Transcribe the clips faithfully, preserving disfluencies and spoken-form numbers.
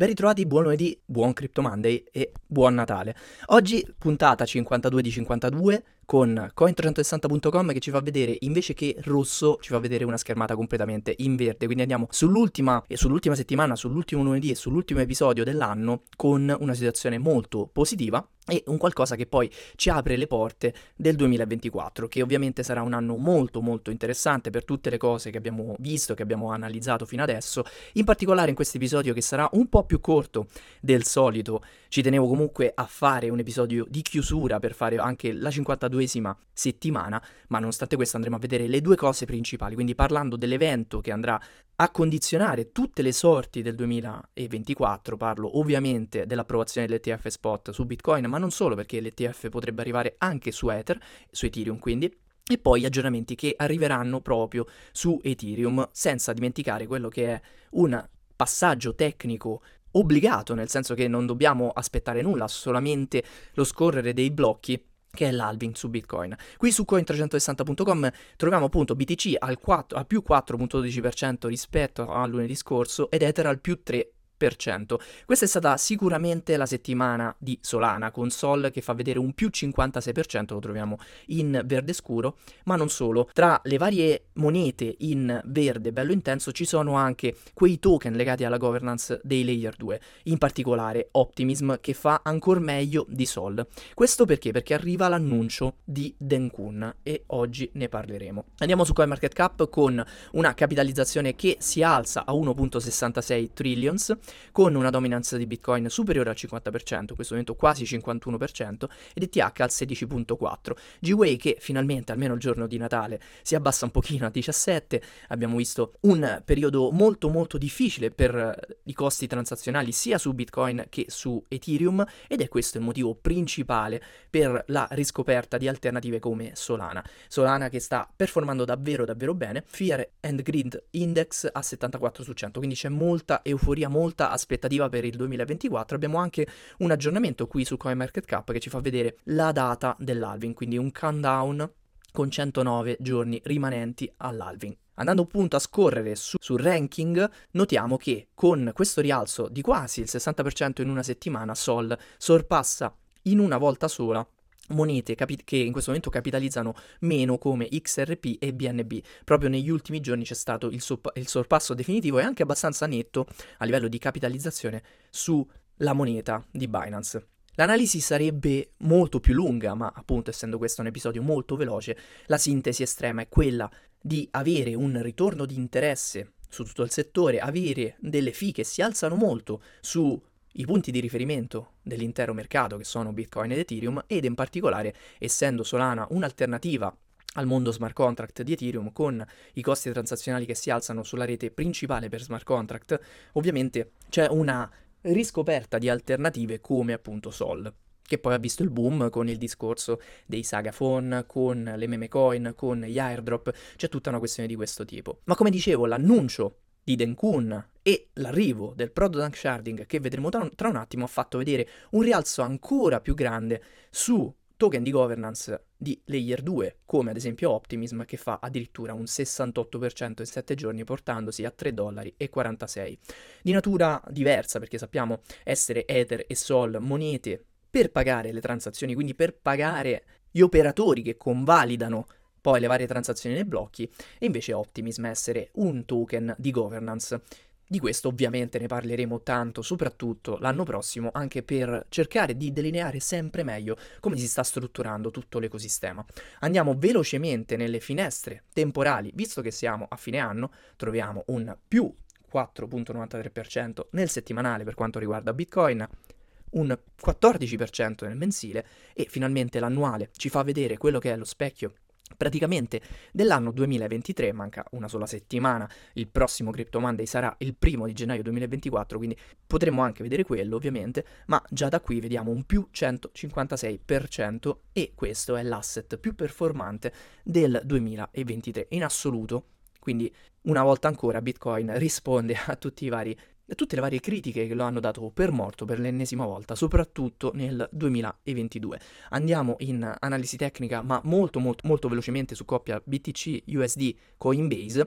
Ben ritrovati, buon lunedì, buon Crypto Monday e buon Natale. Oggi puntata cinquantadue di cinquantadue con coin trecentosessanta punto com che ci fa vedere, invece che rosso, ci fa vedere una schermata completamente in verde. Quindi andiamo sull'ultima, e sull'ultima settimana, sull'ultimo lunedì e sull'ultimo episodio dell'anno con una situazione molto positiva e un qualcosa che poi ci apre le porte del duemilaventiquattro, che ovviamente sarà un anno molto molto interessante per tutte le cose che abbiamo visto, che abbiamo analizzato fino adesso. In particolare in questo episodio, che sarà un po' più corto del solito, ci tenevo comunque a fare un episodio di chiusura per fare anche la cinquantaduesima settimana, ma nonostante questo andremo a vedere le due cose principali, quindi parlando dell'evento che andrà a condizionare tutte le sorti del duemilaventiquattro. Parlo ovviamente dell'approvazione dell'E T F spot su Bitcoin, ma non solo, perché l'E T F potrebbe arrivare anche su Ether, su Ethereum quindi, e poi aggiornamenti che arriveranno proprio su Ethereum, senza dimenticare quello che è un passaggio tecnico obbligato, nel senso che non dobbiamo aspettare nulla, solamente lo scorrere dei blocchi, che è l'halving su Bitcoin. Qui su coin trecentosessanta punto com troviamo appunto B T C al, quattro, al più quattro virgola dodici per cento rispetto a lunedì scorso ed Ether al più tre per cento. Questa è stata sicuramente la settimana di Solana, con Sol che fa vedere un più cinquantasei per cento, lo troviamo in verde scuro, ma non solo. Tra le varie monete in verde bello intenso ci sono anche quei token legati alla governance dei layer due, in particolare Optimism, che fa ancora meglio di Sol. Questo perché? Perché arriva l'annuncio di Dencun e oggi ne parleremo. Andiamo su CoinMarketCap con una capitalizzazione che si alza a uno virgola sessantasei trillions, con una dominanza di Bitcoin superiore al cinquanta per cento, in questo momento quasi cinquantuno per cento, ed E T H al sedici virgola quattro. G-Way che finalmente, almeno il giorno di Natale, si abbassa un pochino a diciassette. Abbiamo visto un periodo molto molto difficile per i costi transazionali sia su Bitcoin che su Ethereum, ed è questo il motivo principale per la riscoperta di alternative come Solana. Solana che sta performando davvero davvero bene, Fear and Greed Index a settantaquattro su cento, quindi c'è molta euforia, molta aspettativa per il duemilaventiquattro. Abbiamo anche un aggiornamento qui su CoinMarketCap che ci fa vedere la data dell'halving, quindi un countdown con centonove giorni rimanenti all'halving. Andando appunto a scorrere su, sul ranking, notiamo che con questo rialzo di quasi il sessanta per cento in una settimana, Sol sorpassa in una volta sola monete capi- che in questo momento capitalizzano meno come X R P e B N B. Proprio negli ultimi giorni c'è stato il, sop- il sorpasso definitivo e anche abbastanza netto a livello di capitalizzazione sulla moneta di Binance. L'analisi sarebbe molto più lunga, ma appunto essendo questo un episodio molto veloce, la sintesi estrema è quella di avere un ritorno di interesse su tutto il settore, avere delle fee che si alzano molto su i punti di riferimento dell'intero mercato, che sono Bitcoin ed Ethereum, ed in particolare, essendo Solana un'alternativa al mondo smart contract di Ethereum, con i costi transazionali che si alzano sulla rete principale per smart contract, ovviamente c'è una riscoperta di alternative come appunto Sol, che poi ha visto il boom con il discorso dei Saga Phone, con le meme coin, con gli airdrop, c'è tutta una questione di questo tipo. Ma come dicevo, l'annuncio di Dencun e l'arrivo del Product Sharding, che vedremo tra un, tra un attimo, ha fatto vedere un rialzo ancora più grande su token di governance di layer due, come ad esempio Optimism, che fa addirittura un sessantotto per cento in sette giorni, portandosi a tre dollari e quarantasei. Di natura diversa, perché sappiamo essere Ether e Sol monete per pagare le transazioni, quindi per pagare gli operatori che convalidano poi le varie transazioni nei blocchi, e invece Optimism essere un token di governance. Di questo ovviamente ne parleremo tanto, soprattutto l'anno prossimo, anche per cercare di delineare sempre meglio come si sta strutturando tutto l'ecosistema. Andiamo velocemente nelle finestre temporali, visto che siamo a fine anno, troviamo un più quattro virgola novantatré per cento nel settimanale per quanto riguarda Bitcoin, un quattordici per cento nel mensile, e finalmente l'annuale ci fa vedere quello che è lo specchio praticamente dell'anno duemilaventitré. Manca una sola settimana, il prossimo Crypto Monday sarà il primo di gennaio duemilaventiquattro, quindi potremo anche vedere quello ovviamente, ma già da qui vediamo un più centocinquantasei per cento, e questo è l'asset più performante del duemilaventitré in assoluto. Quindi una volta ancora Bitcoin risponde a tutti i vari tutte le varie critiche che lo hanno dato per morto per l'ennesima volta, soprattutto nel duemilaventidue. Andiamo in analisi tecnica, ma molto molto molto velocemente su coppia B T C U S D Coinbase.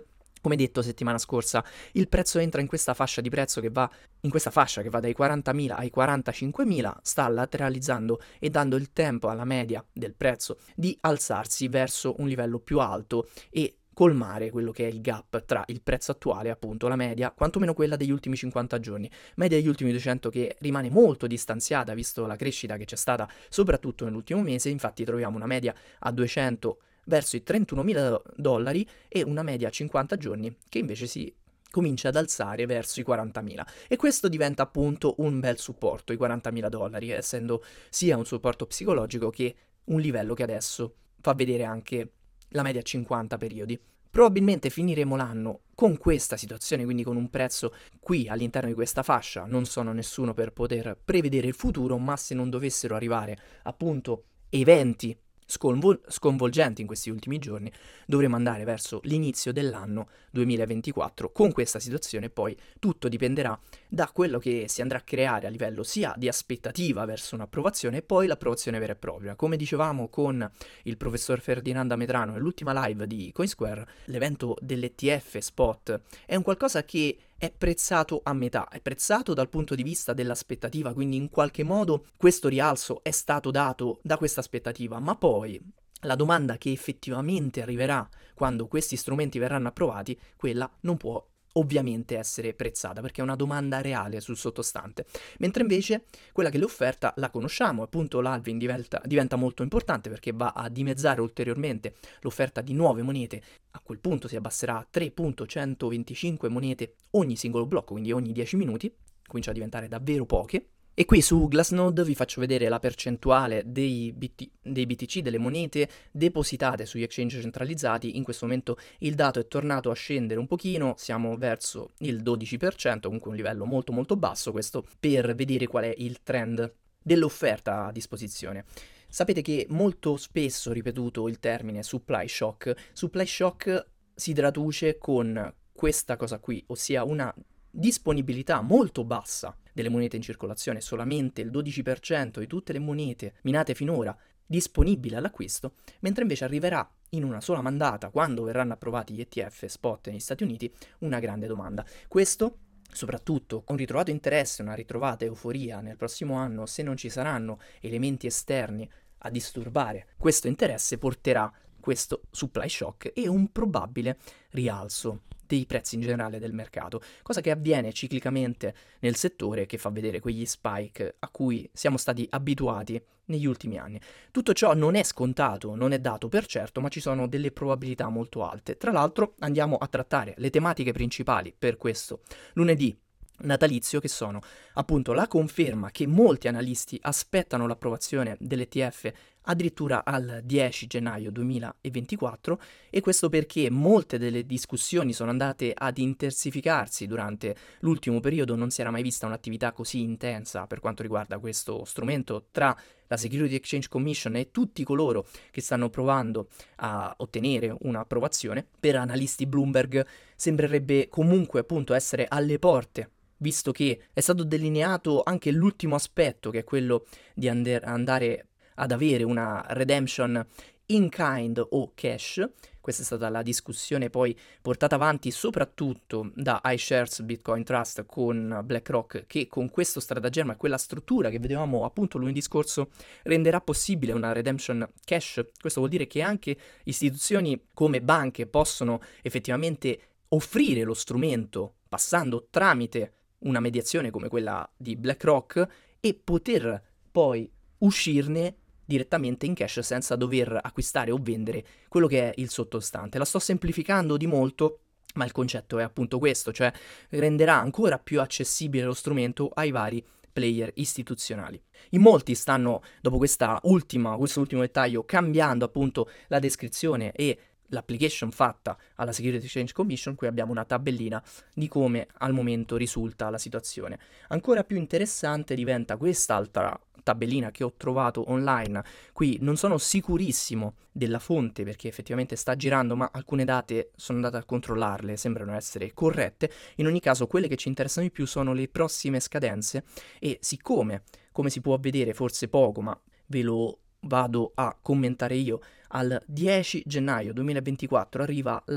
Come detto settimana scorsa, il prezzo entra in questa fascia di prezzo che va in questa fascia che va dai quarantamila ai quarantacinquemila, sta lateralizzando e dando il tempo alla media del prezzo di alzarsi verso un livello più alto e colmare quello che è il gap tra il prezzo attuale e appunto la media, quantomeno quella degli ultimi cinquanta giorni, media degli ultimi duecento che rimane molto distanziata visto la crescita che c'è stata soprattutto nell'ultimo mese. Infatti troviamo una media a duecento verso i trentunomila dollari e una media a cinquanta giorni che invece si comincia ad alzare verso i quarantamila, e questo diventa appunto un bel supporto, i quarantamila dollari, essendo sia un supporto psicologico che un livello che adesso fa vedere anche la media a cinquanta periodi. Probabilmente finiremo l'anno con questa situazione, quindi con un prezzo qui all'interno di questa fascia. Non sono nessuno per poter prevedere il futuro, ma se non dovessero arrivare appunto eventi Sconvol- sconvolgenti in questi ultimi giorni, dovremo andare verso l'inizio dell'anno duemilaventiquattro con questa situazione. Poi tutto dipenderà da quello che si andrà a creare a livello sia di aspettativa verso un'approvazione e poi l'approvazione vera e propria. Come dicevamo con il professor Ferdinando Ametrano nell'ultima live di Coinsquare, l'evento dell'E T F spot è un qualcosa che è prezzato a metà, è prezzato dal punto di vista dell'aspettativa, quindi in qualche modo questo rialzo è stato dato da questa aspettativa, ma poi la domanda che effettivamente arriverà quando questi strumenti verranno approvati, quella non può ovviamente essere prezzata perché è una domanda reale sul sottostante, mentre invece quella che l'offerta la conosciamo, appunto l'halving diventa, diventa molto importante perché va a dimezzare ulteriormente l'offerta di nuove monete. A quel punto si abbasserà a tre virgola centoventicinque monete ogni singolo blocco, quindi ogni dieci minuti, comincia a diventare davvero poche. E qui su Glassnode vi faccio vedere la percentuale dei, B T, dei B T C, delle monete depositate sugli exchange centralizzati. In questo momento il dato è tornato a scendere un pochino, siamo verso il dodici per cento, comunque un livello molto molto basso, questo per vedere qual è il trend dell'offerta a disposizione. Sapete che molto spesso ripetuto il termine supply shock. Supply shock si traduce con questa cosa qui, ossia una disponibilità molto bassa delle monete in circolazione, solamente il dodici per cento di tutte le monete minate finora disponibili all'acquisto, mentre invece arriverà in una sola mandata, quando verranno approvati gli E T F spot negli Stati Uniti, una grande domanda. Questo soprattutto con ritrovato interesse, una ritrovata euforia nel prossimo anno, se non ci saranno elementi esterni a disturbare questo interesse, porterà questo supply shock e un probabile rialzo dei prezzi in generale del mercato, cosa che avviene ciclicamente nel settore, che fa vedere quegli spike a cui siamo stati abituati negli ultimi anni. Tutto ciò non è scontato, non è dato per certo, ma ci sono delle probabilità molto alte. Tra l'altro andiamo a trattare le tematiche principali per questo lunedì natalizio, che sono appunto la conferma che molti analisti aspettano l'approvazione dell'E T F addirittura al dieci gennaio duemilaventiquattro, e questo perché molte delle discussioni sono andate ad intensificarsi durante l'ultimo periodo. Non si era mai vista un'attività così intensa per quanto riguarda questo strumento tra la Security Exchange Commission e tutti coloro che stanno provando a ottenere un'approvazione. Per analisti Bloomberg sembrerebbe comunque appunto essere alle porte, visto che è stato delineato anche l'ultimo aspetto, che è quello di and- andare ad avere una redemption in kind o cash. Questa è stata la discussione poi portata avanti soprattutto da iShares Bitcoin Trust con BlackRock, che con questo stratagemma e quella struttura che vedevamo appunto lunedì scorso renderà possibile una redemption cash. Questo vuol dire che anche istituzioni come banche possono effettivamente offrire lo strumento passando tramite una mediazione come quella di BlackRock e poter poi uscirne direttamente in cash senza dover acquistare o vendere quello che è il sottostante. La sto semplificando di molto, ma il concetto è appunto questo, cioè renderà ancora più accessibile lo strumento ai vari player istituzionali. In molti stanno, dopo questa ultima, questo ultimo dettaglio, cambiando appunto la descrizione e l'application fatta alla Security Exchange Commission. Qui abbiamo una tabellina di come al momento risulta la situazione. Ancora più interessante diventa quest'altra tabellina che ho trovato online. Qui non sono sicurissimo della fonte perché effettivamente sta girando, ma alcune date sono andate a controllarle, sembrano essere corrette. In ogni caso quelle che ci interessano di più sono le prossime scadenze, e siccome, come si può vedere, forse poco, ma ve lo vado a commentare io, al dieci gennaio duemilaventiquattro arriva la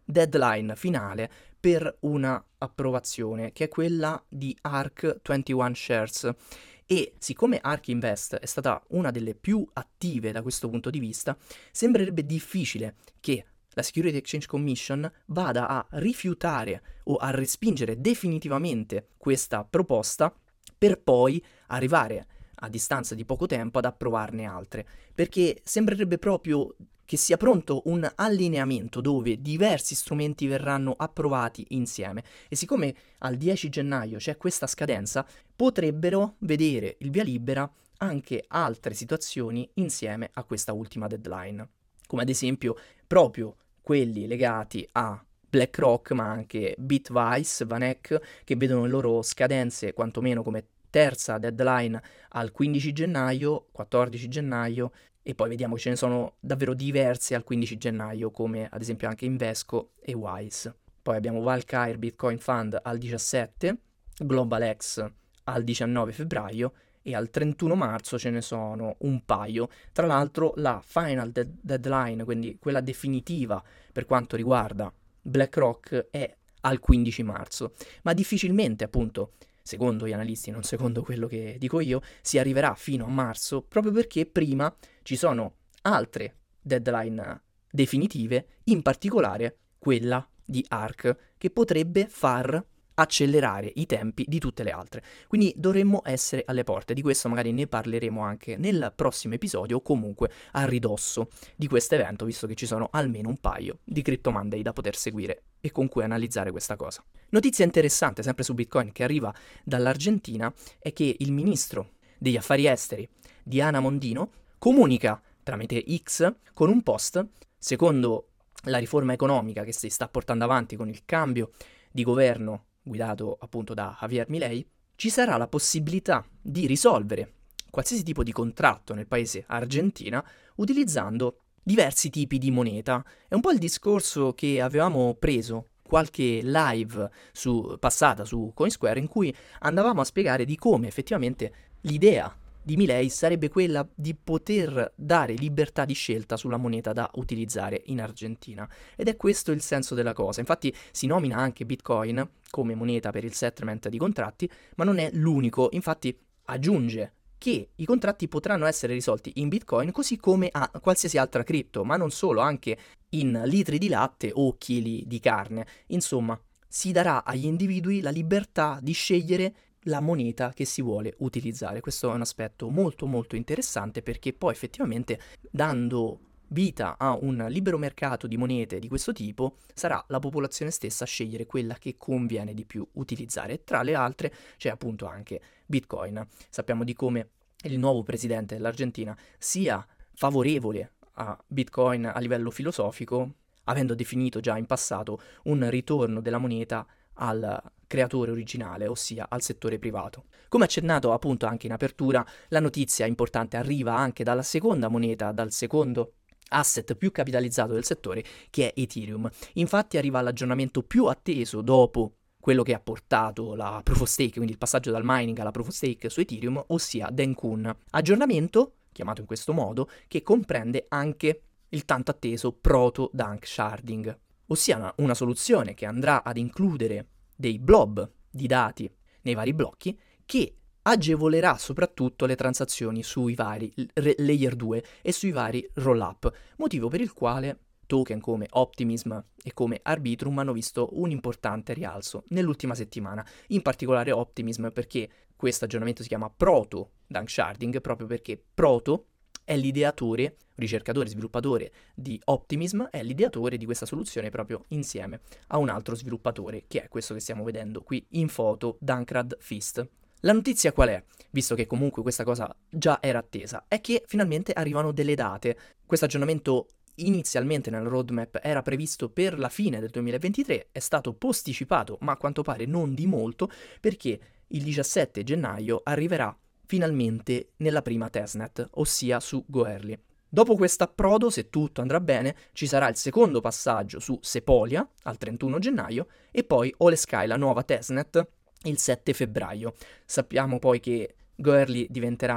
deadline finale per una approvazione, che è quella di ARK ventuno Shares. E siccome ARK Invest è stata una delle più attive da questo punto di vista, sembrerebbe difficile che la Security Exchange Commission vada a rifiutare o a respingere definitivamente questa proposta per poi arrivare a distanza di poco tempo ad approvarne altre, perché sembrerebbe proprio che sia pronto un allineamento dove diversi strumenti verranno approvati insieme, e siccome al dieci gennaio c'è questa scadenza, potrebbero vedere il via libera anche altre situazioni insieme a questa ultima deadline, come ad esempio proprio quelli legati a BlackRock, ma anche Bitwise, Vanek, che vedono le loro scadenze quantomeno come terza deadline al quindici gennaio, quattordici gennaio, e poi vediamo che ce ne sono davvero diverse al quindici gennaio, come ad esempio anche Invesco e Wise. Poi abbiamo Valkyrie Bitcoin Fund al diciassette, GlobalX al diciannove febbraio, e al trentuno marzo ce ne sono un paio. Tra l'altro la final de- deadline, quindi quella definitiva per quanto riguarda BlackRock, è al quindici marzo, ma difficilmente, appunto, secondo gli analisti, non secondo quello che dico io, si arriverà fino a marzo, proprio perché prima ci sono altre deadline definitive, in particolare quella di ARK, che potrebbe far accelerare i tempi di tutte le altre. Quindi dovremmo essere alle porte. Di questo magari ne parleremo anche nel prossimo episodio, o comunque a ridosso di questo evento, visto che ci sono almeno un paio di Crypto Monday da poter seguire e con cui analizzare questa cosa. Notizia interessante sempre su Bitcoin che arriva dall'Argentina è che il ministro degli affari esteri Diana Mondino comunica tramite X con un post: secondo la riforma economica che si sta portando avanti con il cambio di governo guidato appunto da Javier Milei, ci sarà la possibilità di risolvere qualsiasi tipo di contratto nel paese Argentina utilizzando diversi tipi di moneta. È un po' il discorso che avevamo preso qualche live su, passata su Coinsquare, in cui andavamo a spiegare di come effettivamente l'idea di Milei sarebbe quella di poter dare libertà di scelta sulla moneta da utilizzare in Argentina. Ed è questo il senso della cosa. Infatti si nomina anche Bitcoin come moneta per il settlement di contratti, ma non è l'unico. Infatti aggiunge che i contratti potranno essere risolti in Bitcoin così come a qualsiasi altra cripto, ma non solo, anche in litri di latte o chili di carne. Insomma, si darà agli individui la libertà di scegliere la moneta che si vuole utilizzare. Questo è un aspetto molto molto interessante, perché poi effettivamente, dando vita a un libero mercato di monete di questo tipo, sarà la popolazione stessa a scegliere quella che conviene di più utilizzare. Tra le altre c'è appunto anche Bitcoin. Sappiamo di come il nuovo presidente dell'Argentina sia favorevole a Bitcoin a livello filosofico, avendo definito già in passato un ritorno della moneta al creatore originale, ossia al settore privato. Come accennato appunto anche in apertura, la notizia importante arriva anche dalla seconda moneta, dal secondo asset più capitalizzato del settore, che è Ethereum. Infatti arriva l'aggiornamento più atteso dopo quello che ha portato la Proof of Stake, quindi il passaggio dal mining alla Proof of Stake su Ethereum, ossia Dencun. Aggiornamento, chiamato in questo modo, che comprende anche il tanto atteso Proto Dunk Sharding, ossia una, una soluzione che andrà ad includere dei blob di dati nei vari blocchi, che agevolerà soprattutto le transazioni sui vari layer due e sui vari roll-up, motivo per il quale token come Optimism e come Arbitrum hanno visto un importante rialzo nell'ultima settimana. In particolare Optimism, perché questo aggiornamento si chiama Proto Dunk Sharding, proprio perché Proto è l'ideatore, ricercatore, sviluppatore di Optimism, è l'ideatore di questa soluzione proprio insieme a un altro sviluppatore, che è questo che stiamo vedendo qui in foto, Dankrad Fist. La notizia qual è? Visto che comunque questa cosa già era attesa, è che finalmente arrivano delle date. Questo aggiornamento inizialmente nel roadmap era previsto per la fine del duemilaventitré, è stato posticipato, ma a quanto pare non di molto, perché il diciassette gennaio arriverà finalmente nella prima testnet, ossia su Goerli. Dopo questo approdo, se tutto andrà bene, ci sarà il secondo passaggio su Sepolia al trentuno gennaio e poi Olesky, la nuova testnet, il sette febbraio. Sappiamo poi che Goerli diventerà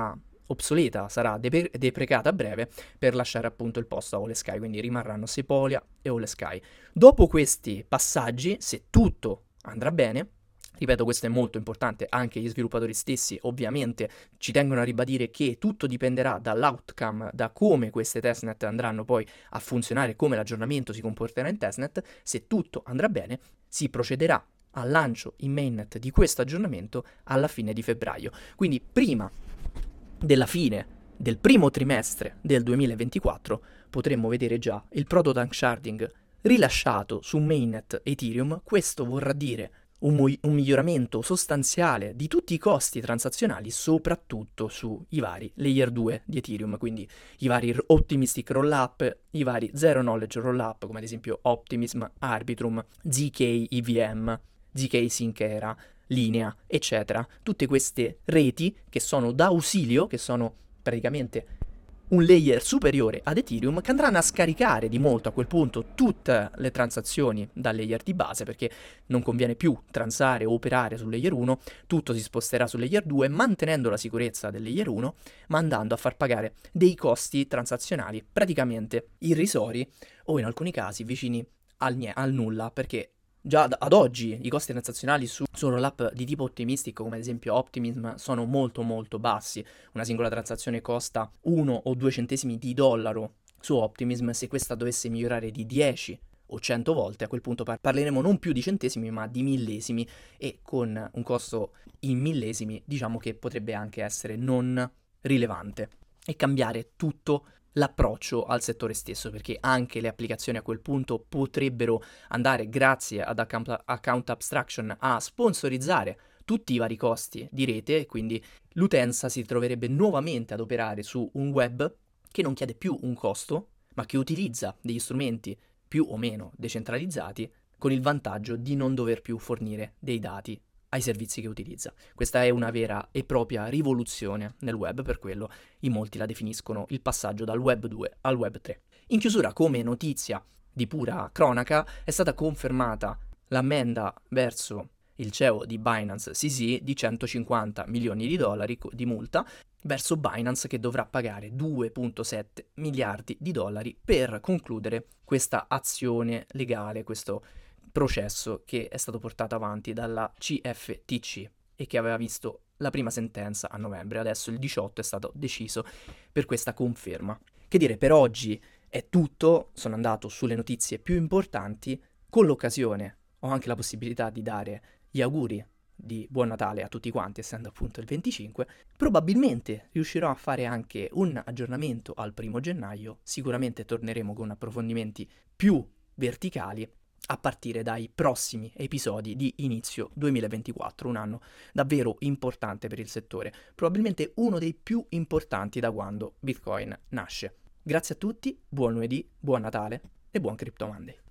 obsoleta, sarà depe- deprecata a breve per lasciare appunto il posto a All Sky, quindi rimarranno Sepolia e All Sky. Dopo questi passaggi, se tutto andrà bene, ripeto, questo è molto importante, anche gli sviluppatori stessi ovviamente ci tengono a ribadire che tutto dipenderà dall'outcome, da come queste testnet andranno poi a funzionare, come l'aggiornamento si comporterà in testnet. Se tutto andrà bene, si procederà al lancio in mainnet di questo aggiornamento alla fine di febbraio. Quindi prima della fine del primo trimestre del duemilaventiquattro potremmo vedere già il proto-tank sharding rilasciato su mainnet Ethereum. Questo vorrà dire un, mu- un miglioramento sostanziale di tutti i costi transazionali, soprattutto sui vari layer due di Ethereum, quindi i vari optimistic rollup, i vari zero knowledge rollup, come ad esempio Optimism, Arbitrum, Z K E V M, Z K Syncera, Linea, eccetera. Tutte queste reti che sono d'ausilio, che sono praticamente un layer superiore ad Ethereum, che andranno a scaricare di molto a quel punto tutte le transazioni dal layer di base, perché non conviene più transare o operare sul layer uno, tutto si sposterà sul layer due, mantenendo la sicurezza del layer uno, ma andando a far pagare dei costi transazionali praticamente irrisori o in alcuni casi vicini al, nie- al nulla, perché già ad, ad oggi i costi transazionali su, su rollup di tipo ottimistico, come ad esempio Optimism, sono molto molto bassi. Una singola transazione costa uno o due centesimi di dollaro su Optimism. Se questa dovesse migliorare di dieci o cento volte, a quel punto par- parleremo non più di centesimi ma di millesimi, e con un costo in millesimi diciamo che potrebbe anche essere non rilevante e cambiare tutto l'approccio al settore stesso, perché anche le applicazioni a quel punto potrebbero andare, grazie ad account, account abstraction, a sponsorizzare tutti i vari costi di rete, e quindi l'utenza si troverebbe nuovamente ad operare su un web che non chiede più un costo, ma che utilizza degli strumenti più o meno decentralizzati, con il vantaggio di non dover più fornire dei dati ai servizi che utilizza. Questa è una vera e propria rivoluzione nel web, per quello in molti la definiscono il passaggio dal web due al web tre. In chiusura, come notizia di pura cronaca, è stata confermata l'ammenda verso il C E O di Binance C Z di centocinquanta milioni di dollari di multa verso Binance, che dovrà pagare due virgola sette miliardi di dollari per concludere questa azione legale, questo processo che è stato portato avanti dalla C F T C e che aveva visto la prima sentenza a novembre. Adesso il diciotto è stato deciso per questa conferma. Che dire, per oggi è tutto, sono andato sulle notizie più importanti. Con l'occasione ho anche la possibilità di dare gli auguri di buon Natale a tutti quanti, essendo appunto il venticinque. Probabilmente riuscirò a fare anche un aggiornamento al primo gennaio, sicuramente torneremo con approfondimenti più verticali a partire dai prossimi episodi di inizio duemilaventiquattro, un anno davvero importante per il settore, probabilmente uno dei più importanti da quando Bitcoin nasce. Grazie a tutti, buon lunedì, buon Natale e buon Crypto Monday.